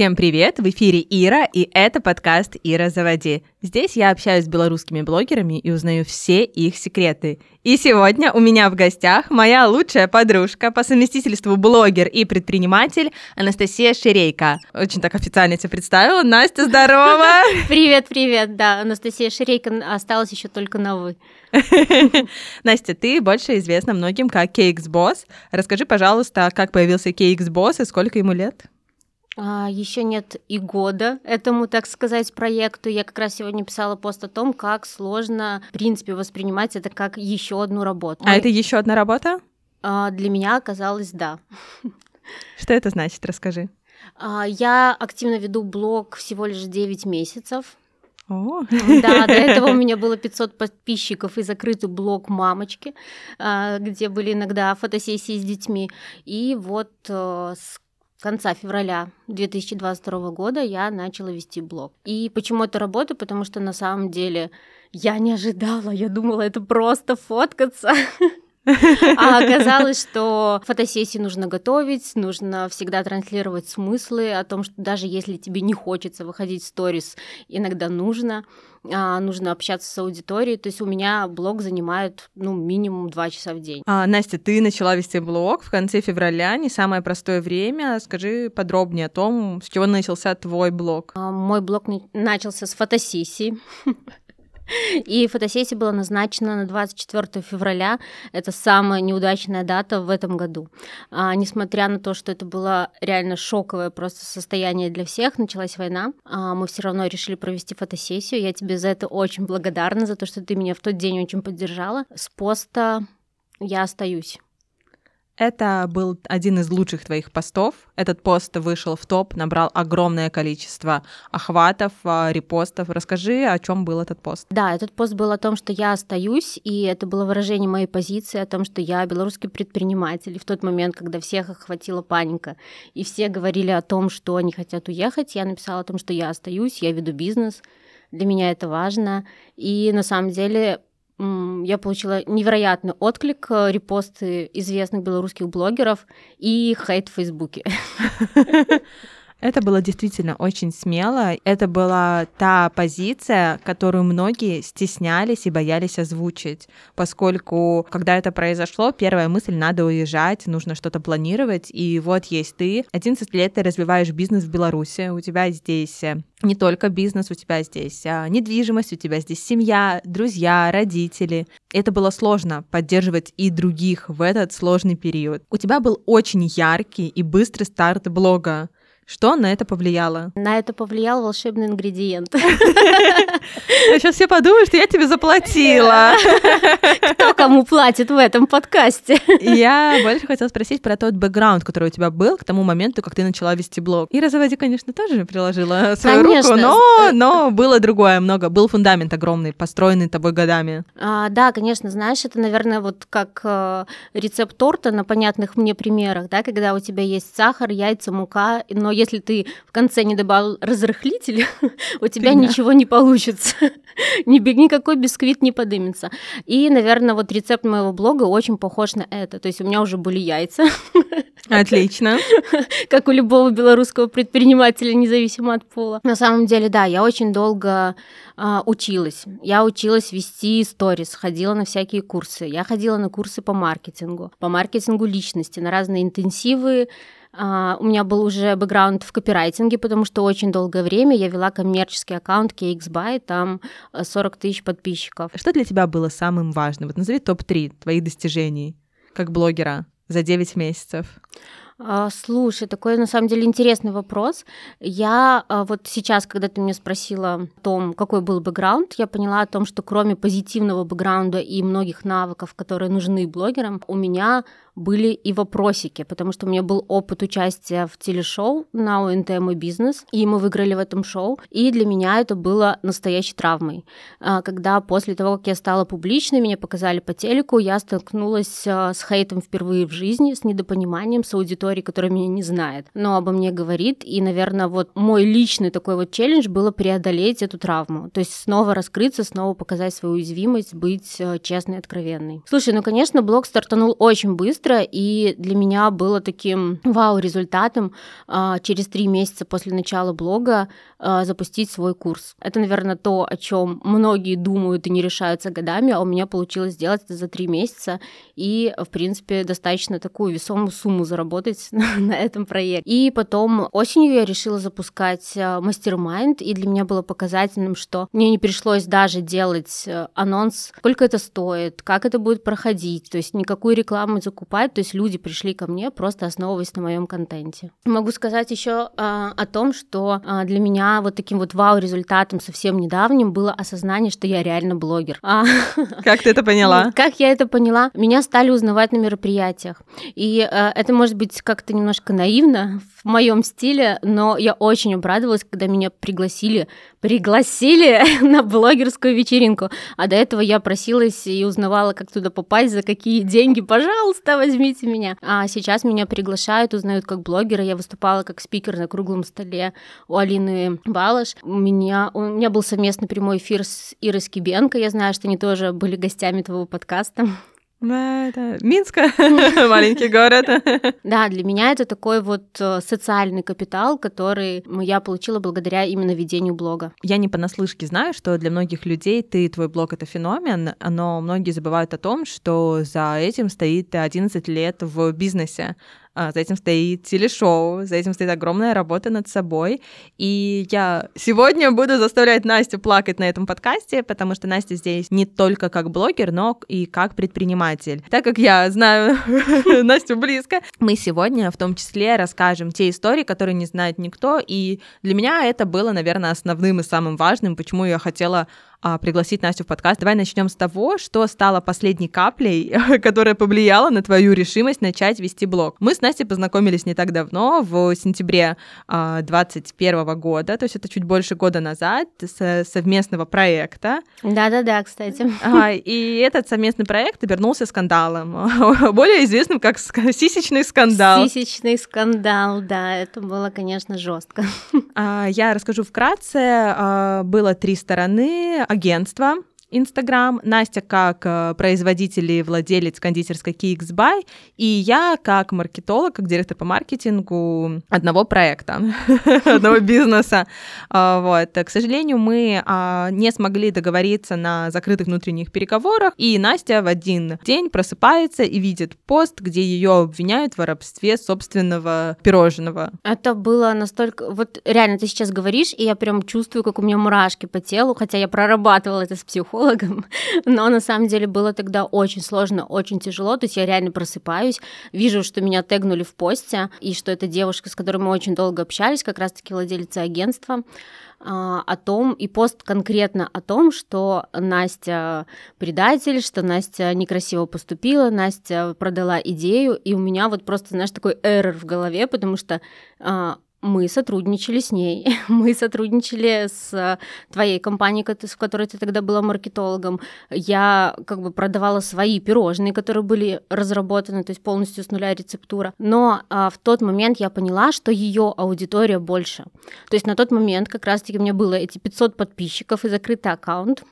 Всем привет! В эфире Ира, и это подкаст «Ира, заводи». Здесь я общаюсь с белорусскими блогерами и узнаю все их секреты. И сегодня у меня в гостях моя лучшая подружка, по совместительству блогер и предприниматель Анастасия Ширейко. Очень так официально тебя представила. Настя, здорово! Привет, да, Анастасия Ширейко, осталась еще только на «вы». Настя, ты больше известна многим как KX-босс. Расскажи, пожалуйста, как появился KX-босс и сколько ему лет? Еще нет и года этому, так сказать, проекту. Я как раз сегодня писала пост о том, как сложно, в принципе, воспринимать это как еще одну работу. Это еще одна работа? Для меня оказалось, да. Что это значит? Расскажи. Я активно веду блог всего лишь 9 месяцев. О. Да, до этого у меня было 500 подписчиков и закрытый блог мамочки, где были иногда фотосессии с детьми. И вот с конца февраля 2022 года я начала вести блог. И почему это работа? Потому что на самом деле я не ожидала, я думала, это просто фоткаться. А оказалось, что фотосессии нужно готовить, нужно всегда транслировать смыслы о том, что даже если тебе не хочется выходить в сторис, иногда нужно общаться с аудиторией. То есть у меня блог занимает минимум 2 часа в день. Настя, ты начала вести блог в конце февраля, не самое простое время. Скажи подробнее о том, с чего начался твой блог. Мой блог начался с фотосессии. И фотосессия была назначена на 24 февраля. Это самая неудачная дата в этом году. Несмотря на то, что это было реально шоковое просто состояние для всех, началась война, мы все равно решили провести фотосессию. Я тебе за это очень благодарна, за то, что ты меня в тот день очень поддержала. С поста «Я остаюсь». Это был один из лучших твоих постов. Этот пост вышел в топ, набрал огромное количество охватов, репостов. Расскажи, о чем был этот пост. Да, этот пост был о том, что я остаюсь, и это было выражение моей позиции о том, что я белорусский предприниматель. И в тот момент, когда всех охватила паника, и все говорили о том, что они хотят уехать, я написала о том, что я остаюсь, я веду бизнес, для меня это важно. И на самом деле я получила невероятный отклик, репосты известных белорусских блогеров и хейт в Фейсбуке. Это было действительно очень смело. Это была та позиция, которую многие стеснялись и боялись озвучить, поскольку, когда это произошло, первая мысль — надо уезжать, нужно что-то планировать, и вот есть ты. 11 лет ты развиваешь бизнес в Беларуси, у тебя здесь не только бизнес, у тебя здесь недвижимость, у тебя здесь семья, друзья, родители. Это было сложно поддерживать и других в этот сложный период. У тебя был очень яркий и быстрый старт блога. Что на это повлияло? На это повлиял волшебный ингредиент. Сейчас все подумают, что я тебе заплатила. Кто кому платит в этом подкасте? Я больше хотела спросить про тот бэкграунд, который у тебя был к тому моменту, как ты начала вести блог. Ира Заводи, конечно, тоже приложила свою руку, но было другое много. Был фундамент огромный, построенный тобой годами. Да, конечно, знаешь, это, наверное, вот как рецепт торта на понятных мне примерах, да, когда у тебя есть сахар, яйца, мука, но если ты в конце не добавил разрыхлитель, у тебя ничего не получится. Никакой бисквит не подымется. И, наверное, вот рецепт моего блога очень похож на это. То есть у меня уже были яйца. Отлично. Как у любого белорусского предпринимателя, независимо от пола. На самом деле, да, я очень долго училась. Я училась вести сторис, ходила на всякие курсы. Я ходила на курсы по маркетингу личности, на разные интенсивы. У меня был уже бэкграунд в копирайтинге, потому что очень долгое время я вела коммерческий аккаунт KXBuy, там 40 тысяч подписчиков. Что для тебя было самым важным? Вот назови топ-3 твоих достижений как блогера за 9 месяцев. Слушай, такой на самом деле интересный вопрос. Я вот сейчас, когда ты меня спросила о том, какой был бэкграунд, я поняла о том, что кроме позитивного бэкграунда и многих навыков, которые нужны блогерам, у меня были и вопросики, потому что у меня был опыт участия в телешоу на ОНТ «Мой бизнес», и мы выиграли в этом шоу, и для меня это было настоящей травмой. Когда после того, как я стала публичной, меня показали по телеку, я столкнулась с хейтом впервые в жизни, с недопониманием, с аудиторией, которая меня не знает, но обо мне говорит, и, наверное, вот мой личный такой вот челлендж было преодолеть эту травму, то есть снова раскрыться, снова показать свою уязвимость, быть честной и откровенной. Слушай, конечно, блог стартанул очень быстро, быстро, и для меня было таким вау-результатом через 3 месяца после начала блога запустить свой курс. Это, наверное, то, о чем многие думают и не решаются годами, а у меня получилось сделать это за 3 месяца и, в принципе, достаточно такую весомую сумму заработать на этом проекте. И потом осенью я решила запускать мастер-майнд, и для меня было показательным, что мне не пришлось даже делать анонс, сколько это стоит, как это будет проходить, то есть никакую рекламу закупать, то есть люди пришли ко мне, просто основываясь на моем контенте. Могу сказать еще о том, что для меня вот таким вот вау-результатом совсем недавним было осознание, что я реально блогер. Как ты это поняла? Как я это поняла? Меня стали узнавать на мероприятиях. И это может быть как-то немножко наивно в моем стиле, но я очень обрадовалась, когда меня пригласили на блогерскую вечеринку. А до этого я просилась и узнавала, как туда попасть, за какие деньги. Пожалуйста, возьмите меня. А сейчас меня приглашают, узнают как блогера. Я выступала как спикер на круглом столе у Алины Балаш. У меня был совместный прямой эфир с Ирой Скибенко. Я знаю, что они тоже были гостями твоего подкаста. Да, это Минск, маленький город. Да, для меня это такой вот социальный капитал, который я получила благодаря именно ведению блога. Я не понаслышке знаю, что для многих людей твой блог — это феномен, но многие забывают о том, что за этим стоит 11 лет в бизнесе. За этим стоит телешоу, за этим стоит огромная работа над собой. И я сегодня буду заставлять Настю плакать на этом подкасте, потому что Настя здесь не только как блогер, но и как предприниматель. Так как я знаю Настю близко, мы сегодня в том числе расскажем те истории, которые не знает никто. И для меня это было, наверное, основным и самым важным, почему я хотела пригласить Настю в подкаст. Давай начнем с того, что стало последней каплей, которая повлияла на твою решимость начать вести блог. Мы с Настей познакомились не так давно, в сентябре 2021 года, то есть это чуть больше года назад, с совместного проекта. Да-да-да, кстати. И этот совместный проект обернулся скандалом, более известным как сисечный скандал. Сисечный скандал, да, это было, конечно, жестко. Я расскажу вкратце. Было 3 стороны. Агентство Instagram, Настя как производитель и владелец кондитерской Kix By, и я как маркетолог, как директор по маркетингу одного проекта, одного бизнеса. Вот. К сожалению, мы не смогли договориться на закрытых внутренних переговорах, и Настя в один день просыпается и видит пост, где ее обвиняют в воровстве собственного пирожного. Это было настолько... Вот реально ты сейчас говоришь, и я прям чувствую, как у меня мурашки по телу, хотя я прорабатывала это с психологом, но на самом деле было тогда очень сложно, очень тяжело, то есть я реально просыпаюсь, вижу, что меня тегнули в посте, и что это девушка, с которой мы очень долго общались, как раз-таки владелица агентства, о том, и пост конкретно о том, что Настя предатель, что Настя некрасиво поступила, Настя продала идею, и у меня вот просто, знаешь, такой эррор в голове, потому что мы сотрудничали с ней, мы сотрудничали с твоей компанией, в которой ты тогда была маркетологом. Я как бы продавала свои пирожные, которые были разработаны, то есть полностью с нуля рецептура. Но в тот момент я поняла, что ее аудитория больше. То есть на тот момент как раз-таки у меня было эти 500 подписчиков и закрытый аккаунт.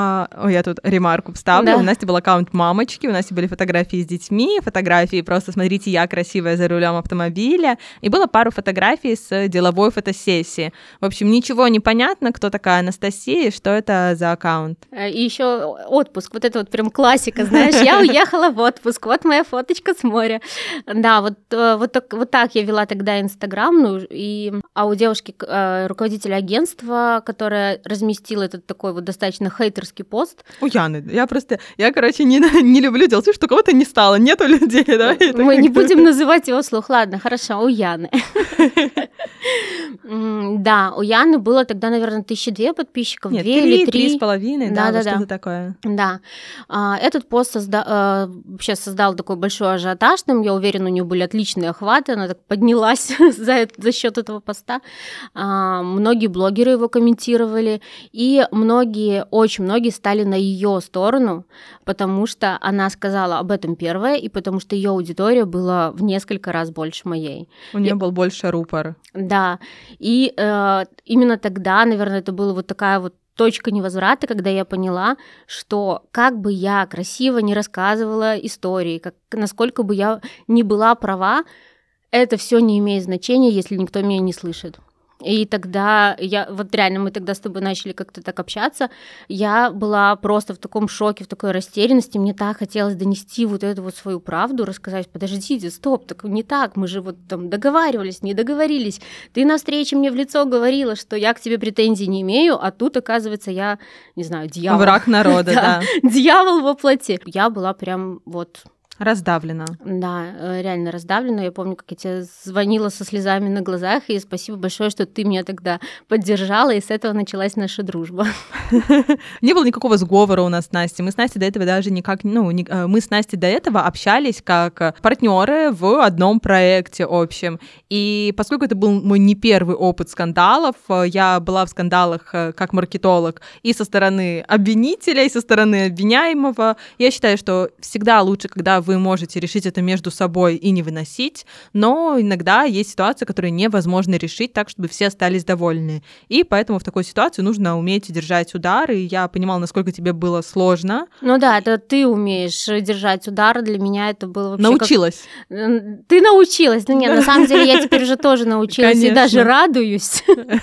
Я тут ремарку вставлю. Да. У Насти был аккаунт мамочки, у Насти были фотографии с детьми, фотографии просто «смотрите, я красивая за рулем автомобиля», и было пару фотографий с деловой фотосессии. В общем, ничего не понятно, кто такая Анастасия, что это за аккаунт. И еще отпуск, вот это вот прям классика, знаешь, я уехала в отпуск, вот моя фоточка с моря. Да, вот так я вела тогда Инстаграм, а у девушки, руководителя агентства, которая разместила этот такой вот достаточно хейтерский пост. У Яны. Я, короче, не люблю делать, что у кого-то не стало, нету людей. Да? Мы не будем называть его вслух. Ладно, хорошо, у Яны. Да, у Яны было тогда, наверное, 1200 подписчиков, 2 или 3. 3,5, да, что-то такое. Да. Этот пост вообще создал такой большой ажиотаж, там, я уверена, у нее были отличные охваты, она так поднялась за счет этого поста. Многие блогеры его комментировали, и очень многие стали на ее сторону, потому что она сказала об этом первое, и потому что ее аудитория была в несколько раз больше моей. У нее был больше рупор. Да, и именно тогда, наверное, это была вот такая вот точка невозврата, когда я поняла, что как бы я красиво не рассказывала истории, насколько бы я не была права, это все не имеет значения, если никто меня не слышит. И тогда мы тогда с тобой начали как-то так общаться, я была просто в таком шоке, в такой растерянности, мне так хотелось донести вот эту вот свою правду, рассказать: подождите, стоп, так не так, мы же вот там договаривались, не договорились, ты на встрече мне в лицо говорила, что я к тебе претензий не имею, а тут, оказывается, я, не знаю, дьявол. Враг народа, да. Дьявол во плоти. Я была прям вот... Раздавлена. Да, реально раздавлена. Я помню, как я тебе звонила со слезами на глазах, и спасибо большое, что ты меня тогда поддержала, и с этого началась наша дружба. Не было никакого сговора у нас с Настей. Мы с Настей до этого даже никак... мы с Настей до этого общались как партнеры в одном проекте общем. И поскольку это был мой не первый опыт скандалов, я была в скандалах как маркетолог и со стороны обвинителя, и со стороны обвиняемого. Я считаю, что всегда лучше, когда вы можете решить это между собой и не выносить, но иногда есть ситуации, которые невозможно решить так, чтобы все остались довольны. И поэтому в такой ситуации нужно уметь держать удар, и я понимала, насколько тебе было сложно. Ну да, это ты умеешь держать удар, для меня это было вообще... Научилась. Ты научилась. Ну нет, на самом деле я теперь уже тоже научилась. Конечно. И даже радуюсь.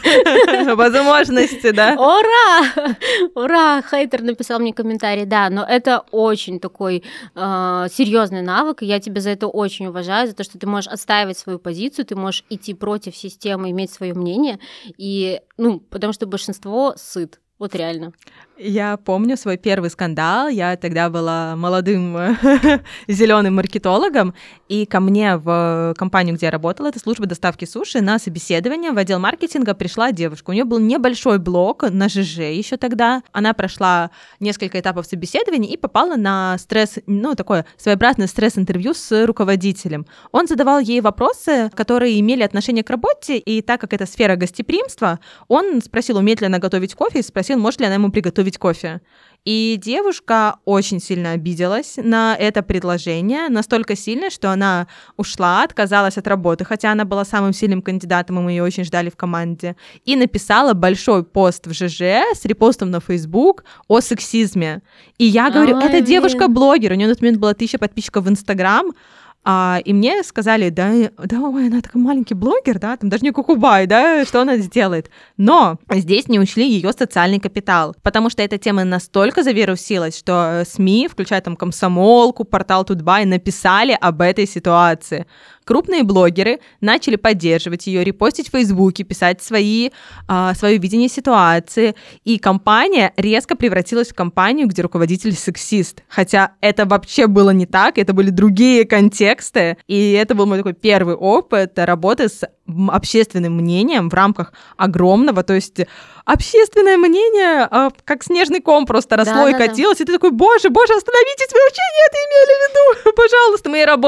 Возможности, да? Ура! Ура! Хейтер написал мне комментарий, да, но это очень такой серьезный навык, и я тебя за это очень уважаю, за то, что ты можешь отстаивать свою позицию, ты можешь идти против системы, иметь свое мнение, и, потому что большинство сыт. Вот реально. Я помню свой первый скандал. Я тогда была молодым зеленым маркетологом, и ко мне в компанию, где я работала, это служба доставки суши, на собеседование в отдел маркетинга пришла девушка. У нее был небольшой блог на ЖЖ еще тогда. Она прошла несколько этапов собеседования и попала на такое своеобразное стресс-интервью с руководителем. Он задавал ей вопросы, которые имели отношение к работе, и так как это сфера гостеприимства, он спросил, умеет ли она готовить кофе, и спросил, может ли она ему приготовить кофе. И девушка очень сильно обиделась на это предложение, настолько сильно, что она ушла, отказалась от работы, хотя она была самым сильным кандидатом, и мы ее очень ждали в команде, и написала большой пост в ЖЖ с репостом на Facebook о сексизме. И я говорю, это девушка-блогер, у нее на тот момент было 1000 подписчиков в Инстаграм, и мне сказали, да, ой, она такой маленький блогер, да, там даже не кукубай, да, что она сделает. Но здесь не учли ее социальный капитал, потому что эта тема настолько завирусилась, что СМИ, включая там Комсомолку, портал Тутбай, написали об этой ситуации. Крупные блогеры начали поддерживать ее, репостить в Фейсбуке, писать свое видение ситуации, и компания резко превратилась в компанию, где руководитель сексист. Хотя это вообще было не так, это были другие контексты, и это был мой такой первый опыт работы с общественным мнением в рамках огромного, то есть общественное мнение как снежный ком просто росло и катилось, и ты такой, боже, остановитесь, вы вообще не это имели в виду, пожалуйста,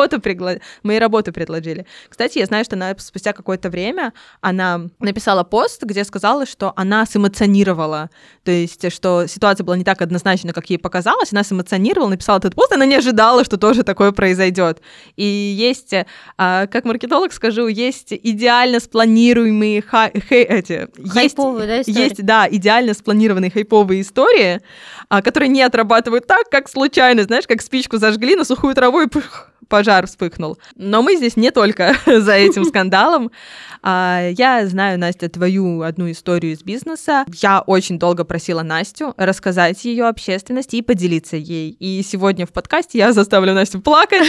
мои работы предложили. Кстати, я знаю, что она спустя какое-то время она написала пост, где сказала, что она сэмоционировала, то есть, что ситуация была не так однозначна, как ей показалось, она сэмоционировала, написала этот пост, она не ожидала, что тоже такое произойдет. И есть, как маркетолог скажу, есть идеально спланируемые хайповые, да, истории? Есть, да, идеально спланированные хайповые истории, которые не отрабатывают так, как случайно, знаешь, как спичку зажгли на сухую траву и пожар вспыхнул. Но мы здесь не только за этим скандалом. Я знаю, Настя, твою одну историю из бизнеса. Я очень долго просила Настю рассказать ее общественности и поделиться ей. И сегодня в подкасте я заставлю Настю плакать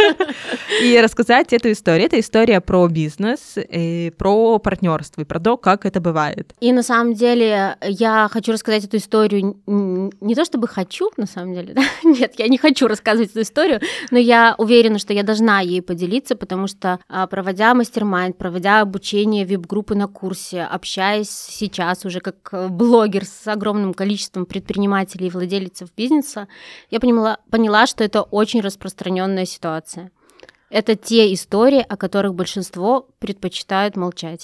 и рассказать эту историю. Это история про бизнес, про партнерство и про то, как это бывает. И на самом деле я хочу рассказать эту историю не то чтобы хочу, на самом деле, да? Нет, я не хочу рассказывать эту историю, но я уверена, что я должна ей поделиться, потому что, проводя мастер-майнд, проводя обучение веб-группы на курсе, общаясь сейчас уже как блогер с огромным количеством предпринимателей и владельцев бизнеса, я поняла, что это очень распространенная ситуация. Это те истории, о которых большинство предпочитают молчать.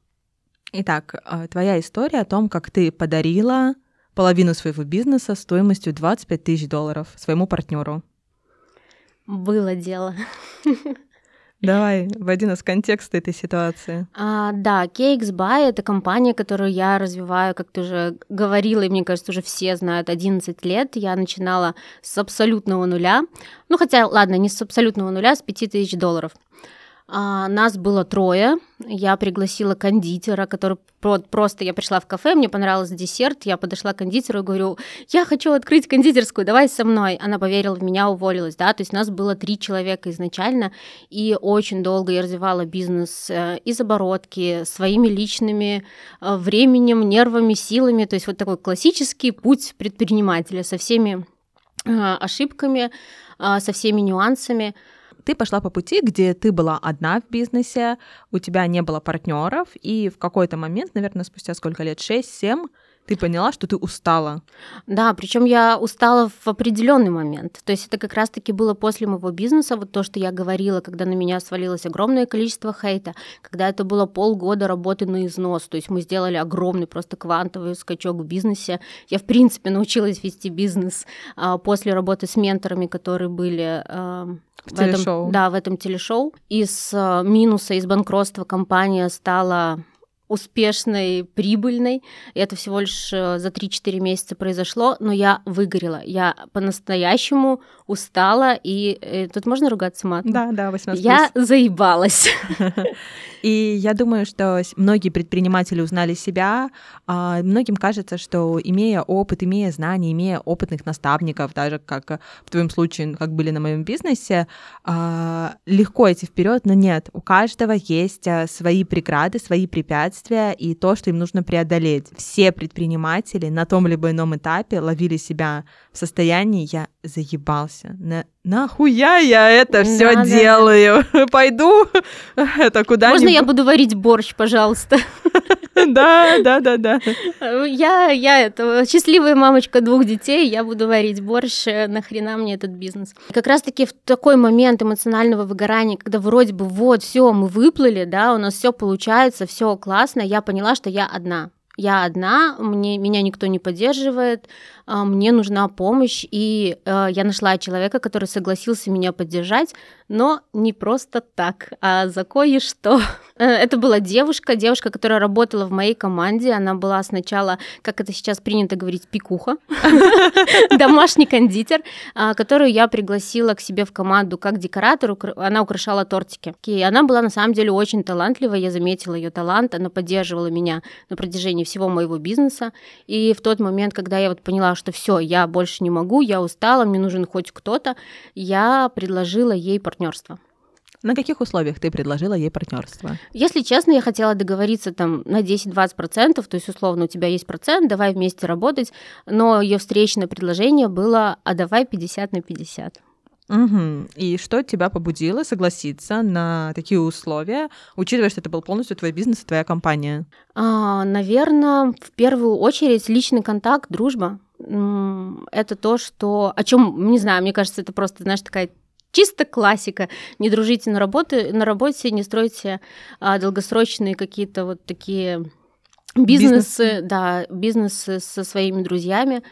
Итак, твоя история о том, как ты подарила половину своего бизнеса стоимостью $25 000 своему партнеру. Было дело. Давай, вводи нас в контекст этой ситуации. Да, KXBuy — это компания, которую я развиваю, как ты уже говорила, и мне кажется, уже все знают, 11 лет. Я начинала с абсолютного нуля. Ну, хотя, ладно, не с абсолютного нуля, с $5000. Нас было 3. Я пригласила кондитера, который просто... Я пришла в кафе, мне понравился десерт, я подошла к кондитеру и говорю: я хочу открыть кондитерскую, давай со мной. Она поверила в меня, уволилась, да, то есть нас было 3 человека изначально, и очень долго я развивала бизнес из оборотки, своими личными временем, нервами, силами, то есть вот такой классический путь предпринимателя со всеми ошибками, со всеми нюансами. Ты пошла по пути, где ты была одна в бизнесе, у тебя не было партнеров, и в какой-то момент, наверное, спустя сколько лет, 6-7, ты поняла, что ты устала. Да, причем я устала в определенный момент. То есть это как раз-таки было после моего бизнеса, вот то, что я говорила, когда на меня свалилось огромное количество хейта, когда это было полгода работы на износ, то есть мы сделали огромный просто квантовый скачок в бизнесе. Я, в принципе, научилась вести бизнес после работы с менторами, которые были... В телешоу. В этом телешоу. Из минуса, из банкротства компания стала успешной, прибыльной. И это всего лишь за 3-4 месяца произошло, но я выгорела. Я по-настоящему устала, и тут можно ругаться матом? Да, 18+. Я заебалась. И я думаю, что многие предприниматели узнали себя. Многим кажется, что имея опыт, имея знания, имея опытных наставников, даже как в твоем случае, как были на моем бизнесе, легко идти вперед, но нет. У каждого есть свои преграды, свои препятствия и то, что им нужно преодолеть. Все предприниматели на том либо ином этапе ловили себя в состоянии «я заебался». Нахуя я это все делаю? Пойду это куда-нибудь. Можно я буду варить борщ, пожалуйста? Да. Я это счастливая мамочка 2 детей, я буду варить борщ, нахрена мне этот бизнес? Как раз-таки в такой момент эмоционального выгорания, когда вроде бы вот все, мы выплыли, да, у нас все получается, все классно, я поняла, что я одна. Я одна, меня никто не поддерживает, мне нужна помощь, и я нашла человека, который согласился меня поддержать, но не просто так, а за кое-что. Это была девушка, которая работала в моей команде, она была сначала, как это сейчас принято говорить, пекуха, домашний кондитер, которую я пригласила к себе в команду как декоратор, она украшала тортики. И она была на самом деле очень талантливая, я заметила ее талант, она поддерживала меня на протяжении всего моего бизнеса, и в тот момент, когда я вот поняла, что все, я больше не могу, я устала, мне нужен хоть кто-то, я предложила ей партнерство. На каких условиях ты предложила ей партнерство? Если честно, я хотела договориться там на 10-20%, то есть условно у тебя есть процент, давай вместе работать, но ее встречное предложение было: а давай 50/50. Угу. И что тебя побудило согласиться на такие условия, учитывая, что это был полностью твой бизнес и твоя компания? Наверное, в первую очередь личный контакт, дружба. Это то, что... О чем, не знаю, мне кажется, это просто, знаешь, такая чисто классика. Не дружите на работе, не стройте долгосрочные какие-то вот такие бизнесы со своими друзьями.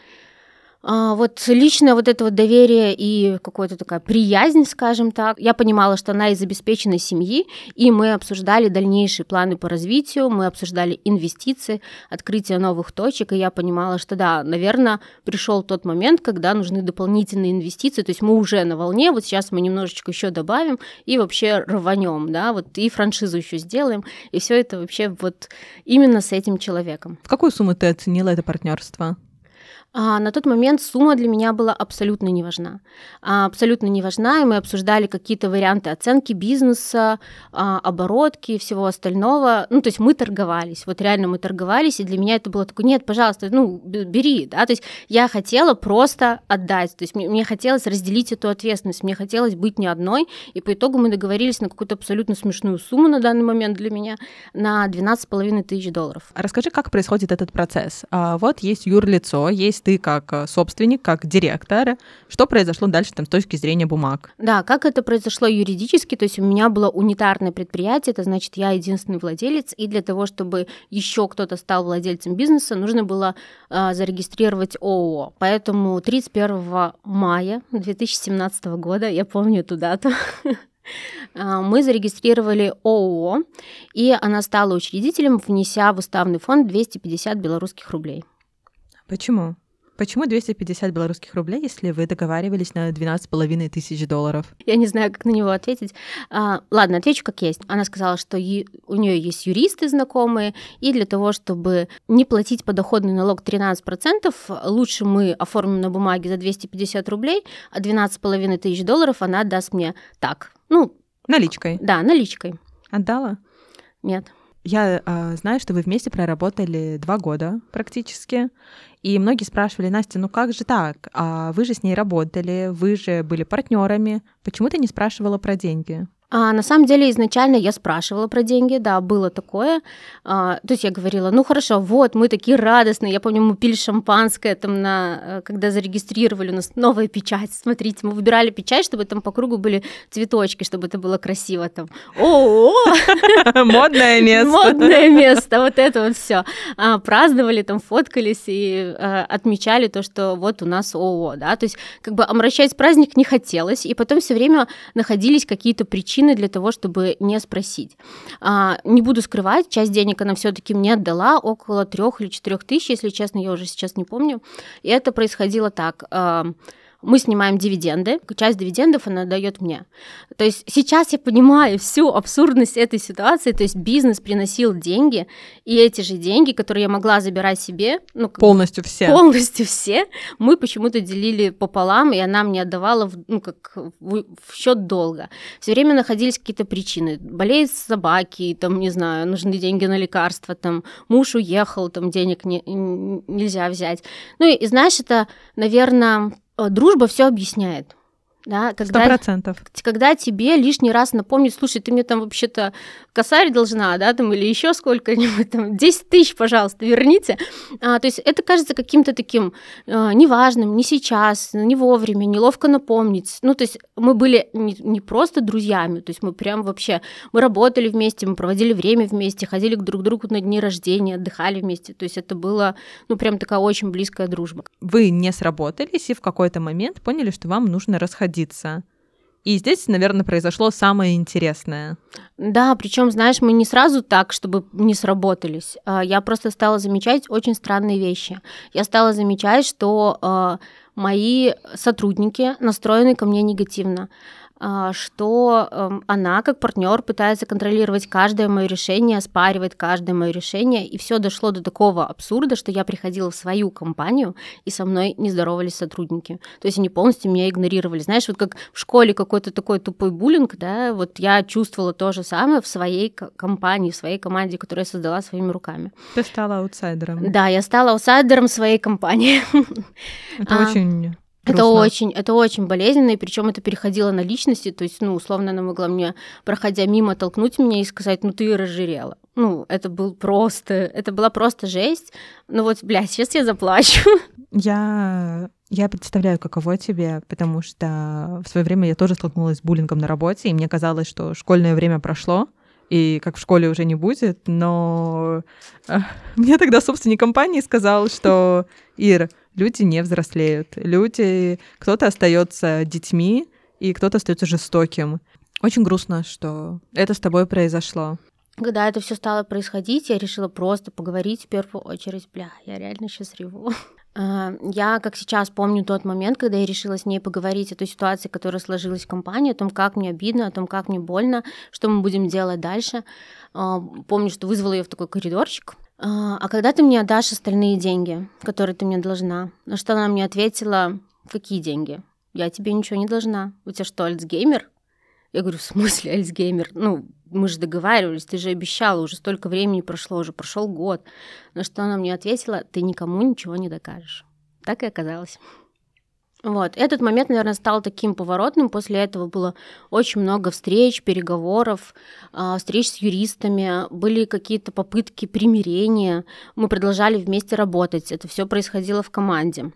Вот лично вот это вот доверие и какая-то такая приязнь, скажем так. Я понимала, что она из обеспеченной семьи, и мы обсуждали дальнейшие планы по развитию, мы обсуждали инвестиции, открытие новых точек, и я понимала, что да, наверное, пришел тот момент, когда нужны дополнительные инвестиции, то есть мы уже на волне, вот сейчас мы немножечко еще добавим и вообще рванем, да, вот и франшизу еще сделаем, и все это вообще вот именно с этим человеком. В какую сумму ты оценила это партнерство? На тот момент сумма для меня была абсолютно не важна. Абсолютно не важна, и мы обсуждали какие-то варианты оценки бизнеса, оборотки и всего остального. Ну, то есть мы торговались, вот реально мы торговались, и для меня это было такое: нет, пожалуйста, ну, бери, да, то есть я хотела просто отдать, то есть мне хотелось разделить эту ответственность, мне хотелось быть не одной, и по итогу мы договорились на какую-то абсолютно смешную сумму на данный момент для меня, на $12 500. Расскажи, как происходит этот процесс. Вот есть юрлицо, есть ты как собственник, как директор. Что произошло дальше там, с точки зрения бумаг? Да, как это произошло юридически, то есть у меня было унитарное предприятие, это значит, я единственный владелец, и для того, чтобы еще кто-то стал владельцем бизнеса, нужно было зарегистрировать ООО. Поэтому 31 мая 2017 года, я помню эту дату, Мы зарегистрировали ООО, и она стала учредителем, внеся в уставный фонд 250 белорусских рублей. Почему? Почему 250 белорусских рублей, если вы договаривались на 12,5 тысяч долларов? Я не знаю, как на него ответить. Ладно, отвечу как есть. Она сказала, что у нее есть юристы знакомые, и для того, чтобы не платить подоходный налог 13%, лучше мы оформим на бумаге за 250 рублей, а 12,5 тысяч долларов она даст мне так. Наличкой? Да, наличкой. Отдала? Нет. Я знаю, что вы вместе проработали 2 года практически, и многие спрашивали: Настя, как же так? Вы же с ней работали, вы же были партнерами. Почему ты не спрашивала про деньги? На самом деле изначально я спрашивала про деньги, да, было такое. То есть я говорила, хорошо, вот, мы такие радостные. Я помню, мы пили шампанское, когда зарегистрировали, у нас новая печать. Смотрите, мы выбирали печать, чтобы там по кругу были цветочки, чтобы это было красиво. Там, Модное место. Модное место, вот это вот все. Праздновали, там фоткались и отмечали то, что вот у нас ООО, да. То есть омрачать праздник не хотелось, и потом все время находились какие-то причины для того, чтобы не спросить. Не буду скрывать, часть денег она все-таки мне отдала, около 3 или 4 тысяч, если честно, я уже сейчас не помню. И это происходило так. Мы снимаем дивиденды, часть дивидендов она дает мне. То есть сейчас я понимаю всю абсурдность этой ситуации, то есть бизнес приносил деньги, и эти же деньги, которые я могла забирать себе, полностью все, мы почему-то делили пополам, и она мне отдавала в счет долга. Все время находились какие-то причины. Болеют собаки, не знаю, нужны деньги на лекарства, муж уехал, денег нельзя взять. И знаешь, это, наверное, дружба все объясняет. Да, 100%. Когда тебе лишний раз напомнят: слушай, ты мне вообще-то косарь должна, да, или еще сколько-нибудь, 10 тысяч, пожалуйста, верните. То есть это кажется каким-то таким неважным, не сейчас, не вовремя, неловко напомнить. То есть мы были не просто друзьями, то есть мы прям вообще, мы работали вместе, мы проводили время вместе, ходили друг к другу на дни рождения, отдыхали вместе. То есть это было, прям такая очень близкая дружба. Вы не сработались и в какой-то момент поняли, что вам нужно расходиться. И здесь, наверное, произошло самое интересное. Да, причем, знаешь, мы не сразу так, чтобы не сработались. Я просто стала замечать очень странные вещи. Я стала замечать, что мои сотрудники настроены ко мне негативно, что она, как партнер, пытается контролировать каждое мое решение, оспаривает каждое мое решение, и все дошло до такого абсурда, что я приходила в свою компанию, и со мной не здоровались сотрудники. То есть они полностью меня игнорировали. Знаешь, как в школе какой-то такой тупой буллинг, да, я чувствовала то же самое в своей компании, в своей команде, которую я создала своими руками. Ты стала аутсайдером. Да, я стала аутсайдером своей компании. Это очень... Это очень болезненно, и причем это переходило на личности, то есть, условно, она могла мне, проходя мимо, толкнуть меня и сказать: ты разжирела. Это была просто жесть. Сейчас я заплачу. Я представляю, каково тебе, потому что в свое время я тоже столкнулась с буллингом на работе, и мне казалось, что школьное время прошло, и как в школе уже не будет, но мне тогда собственник компании сказал, что: Ир, люди не взрослеют, кто-то остается детьми, и кто-то остается жестоким. Очень грустно, что это с тобой произошло. Когда это все стало происходить, я решила просто поговорить в первую очередь. Я реально сейчас реву. Я, как сейчас, помню тот момент, когда я решила с ней поговорить о той ситуации, которая сложилась в компании, о том, как мне обидно, о том, как мне больно, что мы будем делать дальше. Помню, что вызвала ее в такой коридорчик. А когда ты мне отдашь остальные деньги, которые ты мне должна? На что она мне ответила: какие деньги? Я тебе ничего не должна. У тебя что, Альцгеймер? Я говорю: в смысле Альцгеймер? Мы же договаривались, ты же обещала, уже столько времени прошло, уже прошел год. На что она мне ответила: ты никому ничего не докажешь. Так и оказалось. Этот момент, наверное, стал таким поворотным. После этого было очень много встреч, переговоров, встреч с юристами, были какие-то попытки примирения. Мы продолжали вместе работать. Это все происходило в команде.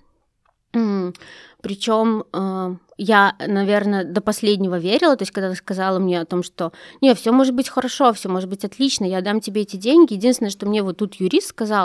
Причем я, наверное, до последнего верила, то есть когда она сказала мне о том, что все может быть хорошо, все может быть отлично, я дам тебе эти деньги. Единственное, что мне тут юрист сказал: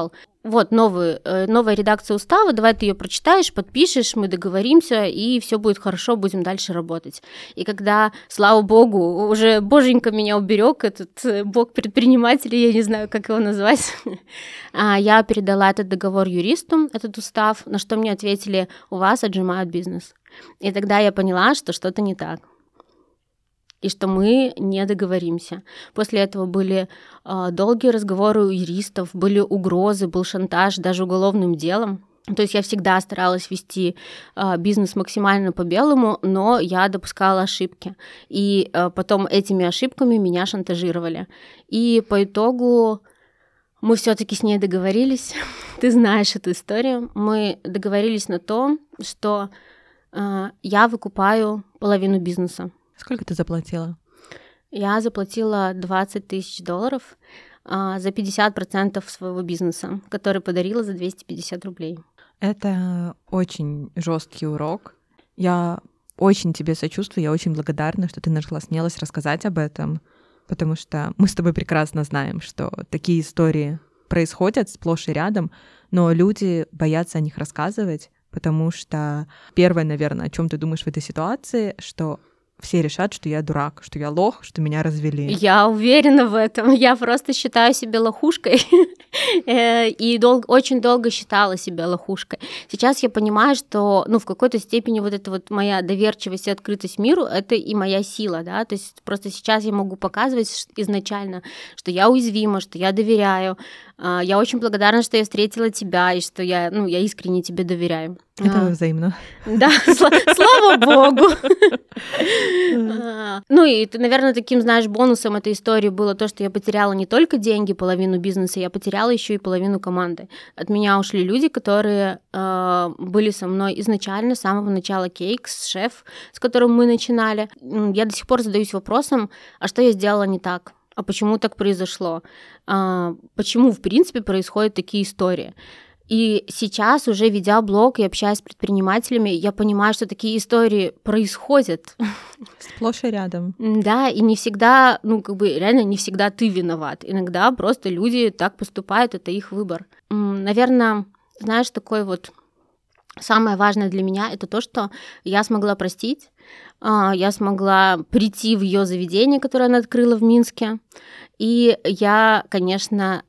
вот новая редакция устава, давай ты ее прочитаешь, подпишешь, мы договоримся, и все будет хорошо, будем дальше работать. И когда, слава богу, уже боженька меня уберег, этот бог предпринимателей, я не знаю, как его назвать, я передала этот договор юристу, этот устав, на что мне ответили: у вас отжимают бизнес. И тогда я поняла, что что-то не так, и что мы не договоримся. После этого были долгие разговоры у юристов, были угрозы, был шантаж даже уголовным делом. То есть я всегда старалась вести бизнес максимально по-белому, но я допускала ошибки. И потом этими ошибками меня шантажировали. И по итогу мы все-таки с ней договорились. Ты знаешь эту историю. Мы договорились на том, что я выкупаю половину бизнеса. Сколько ты заплатила? Я заплатила $20 тысяч за 50% своего бизнеса, который подарила за 250 рублей. Это очень жесткий урок. Я очень тебе сочувствую, я очень благодарна, что ты нашла смелость рассказать об этом, потому что мы с тобой прекрасно знаем, что такие истории происходят сплошь и рядом, но люди боятся о них рассказывать, потому что первое, наверное, о чем ты думаешь в этой ситуации, что все решат, что я дурак, что я лох, что меня развели. Я уверена в этом. Я просто считаю себя лохушкой. И очень долго считала себя лохушкой. Сейчас я понимаю, что в какой-то степени вот эта вот моя доверчивость и открытость миру — это и моя сила, да, то есть просто сейчас я могу показывать изначально, что я уязвима, что я доверяю. Я очень благодарна, что я встретила тебя, и что я искренне тебе доверяю. Это взаимно. Да, слава богу. И ты, наверное, таким, знаешь, бонусом этой истории было то, что я потеряла не только деньги, половину бизнеса, я потеряла еще и половину команды. От меня ушли люди, которые были со мной изначально, с самого начала Кейкс, шеф, с которым мы начинали. Я до сих пор задаюсь вопросом, а что я сделала не так? А почему так произошло? Почему, в принципе, происходят такие истории? И сейчас, уже ведя блог и общаясь с предпринимателями, я понимаю, что такие истории происходят. Сплошь и рядом. Да, и не всегда, реально не всегда ты виноват. Иногда просто люди так поступают, это их выбор. Наверное, знаешь, такой вот самое важное для меня — это то, что я смогла простить, я смогла прийти в ее заведение, которое она открыла в Минске. И я, конечно,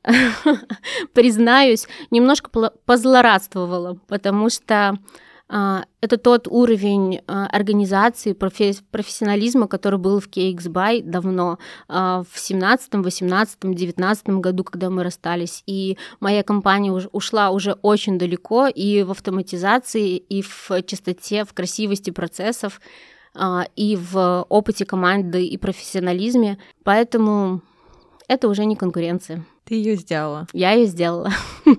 признаюсь, немножко позлорадствовала, потому что это тот уровень организации, профессионализма, который был в KXBuy давно, в 17-м, 18-м, 19-м году, когда мы расстались. И моя компания ушла уже очень далеко и в автоматизации, и в чистоте, в красивости процессов, и в опыте команды и профессионализме. Поэтому это уже не конкуренция. Ты ее сделала. Я ее сделала.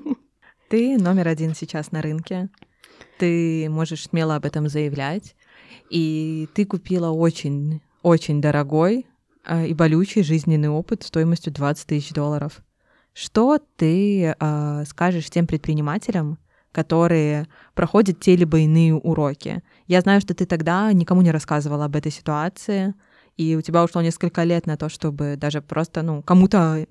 Ты номер один сейчас на рынке. Ты можешь смело об этом заявлять. И ты купила очень, очень дорогой и болючий жизненный опыт стоимостью $20 тысяч. Что ты скажешь тем предпринимателям, которые проходят те либо иные уроки? Я знаю, что ты тогда никому не рассказывала об этой ситуации, и у тебя ушло несколько лет на то, чтобы даже просто, кому-то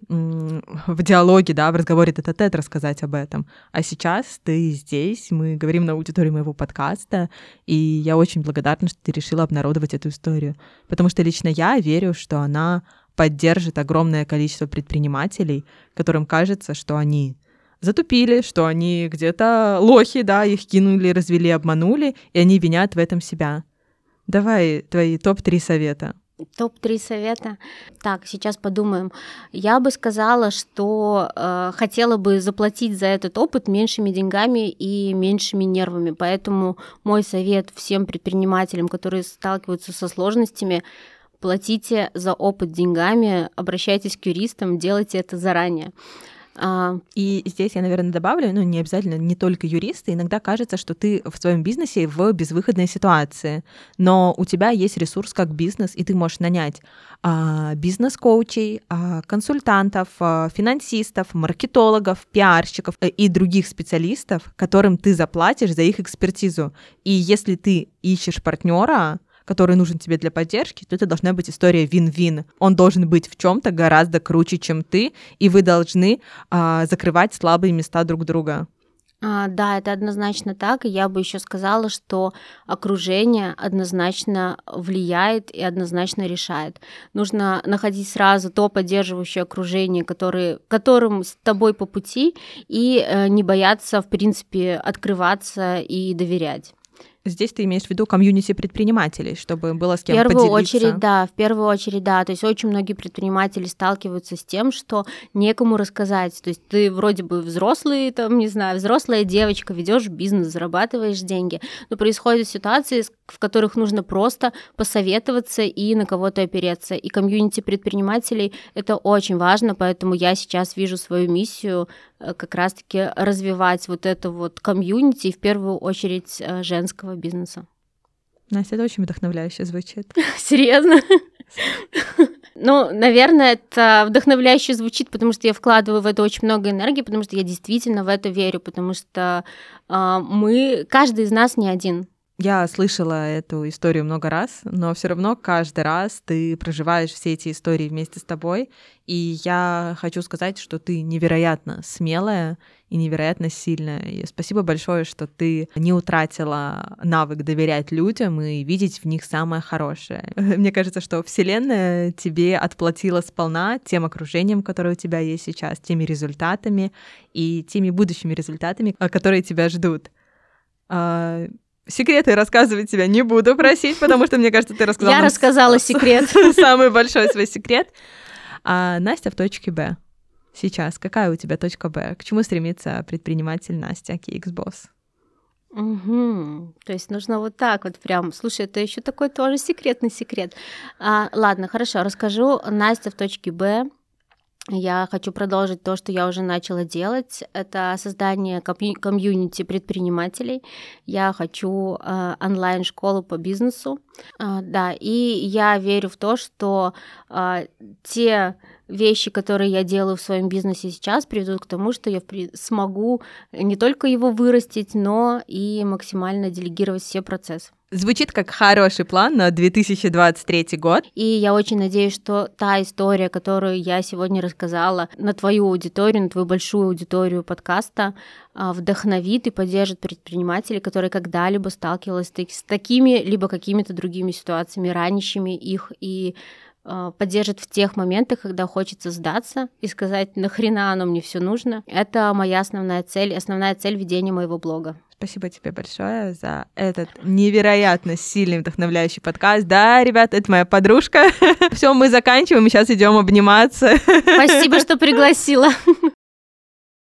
в диалоге, да, в разговоре тет-а-тет рассказать об этом. А сейчас ты здесь, мы говорим на аудитории моего подкаста, и я очень благодарна, что ты решила обнародовать эту историю, потому что лично я верю, что она поддержит огромное количество предпринимателей, которым кажется, что они затупили, что они где-то лохи, да, их кинули, развели, обманули, и они винят в этом себя. Давай твои топ-3 совета. Топ-3 совета. Так, сейчас подумаем. Я бы сказала, что хотела бы заплатить за этот опыт меньшими деньгами и меньшими нервами. Поэтому мой совет всем предпринимателям, которые сталкиваются со сложностями: платите за опыт деньгами, обращайтесь к юристам, делайте это заранее. И здесь я, наверное, добавлю, не обязательно не только юристы, иногда кажется, что ты в своем бизнесе в безвыходной ситуации, но у тебя есть ресурс как бизнес, и ты можешь нанять бизнес-коучей, консультантов, финансистов, маркетологов, пиарщиков и других специалистов, которым ты заплатишь за их экспертизу. И если ты ищешь партнера, который нужен тебе для поддержки, то это должна быть история вин-вин. Он должен быть в чем-то гораздо круче, чем ты, и вы должны закрывать слабые места друг друга. Да, это однозначно так, и я бы еще сказала, что окружение однозначно влияет и однозначно решает. Нужно находить сразу то поддерживающее окружение, которым с тобой по пути, и не бояться, в принципе, открываться и доверять. Здесь ты имеешь в виду комьюнити предпринимателей, чтобы было с кем поделиться? В первую очередь, да. То есть очень многие предприниматели сталкиваются с тем, что некому рассказать. То есть ты вроде бы взрослый, взрослая девочка, ведешь бизнес, зарабатываешь деньги, но происходят ситуации, в которых нужно просто посоветоваться и на кого-то опереться. И комьюнити предпринимателей — это очень важно, поэтому я сейчас вижу свою миссию как раз-таки развивать вот это вот комьюнити, и в первую очередь женского бизнеса. Настя, это очень вдохновляюще звучит. Серьезно? Ну, наверное, это вдохновляюще звучит, потому что я вкладываю в это очень много энергии, потому что я действительно в это верю, потому что каждый из нас не один. Я слышала эту историю много раз, но все равно каждый раз ты проживаешь все эти истории вместе с тобой, и я хочу сказать, что ты невероятно смелая и невероятно сильная. И спасибо большое, что ты не утратила навык доверять людям и видеть в них самое хорошее. Мне кажется, что Вселенная тебе отплатила сполна тем окружением, которое у тебя есть сейчас, теми результатами и теми будущими результатами, которые тебя ждут. Секреты рассказывать тебя не буду просить, потому что, мне кажется, ты рассказала... Я рассказала секрет. Самый большой свой секрет. Настя в точке Б. Сейчас. Какая у тебя точка Б? К чему стремится предприниматель Настя KXBoss? То есть нужно вот так вот прям. Слушай, это еще такой тоже секретный секрет. Ладно, хорошо, расскажу. Настя в точке Б. Я хочу продолжить то, что я уже начала делать. Это создание комьюнити предпринимателей. Я хочу онлайн-школу по бизнесу. Да, и я верю в то, что те вещи, которые я делаю в своем бизнесе сейчас, приведут к тому, что я смогу не только его вырастить, но и максимально делегировать все процессы. Звучит как хороший план на 2023 год. И я очень надеюсь, что та история, которую я сегодня рассказала на твою аудиторию, на твою большую аудиторию подкаста, вдохновит и поддержит предпринимателей, которые когда-либо сталкивались с такими либо какими-то другими ситуациями, ранящими их, и поддержит в тех моментах, когда хочется сдаться и сказать, нахрена оно мне все нужно. Это моя основная цель ведения моего блога. Спасибо тебе большое за этот невероятно сильный, вдохновляющий подкаст. Да, ребят, это моя подружка. Все, мы заканчиваем, сейчас идем обниматься. Спасибо, что пригласила.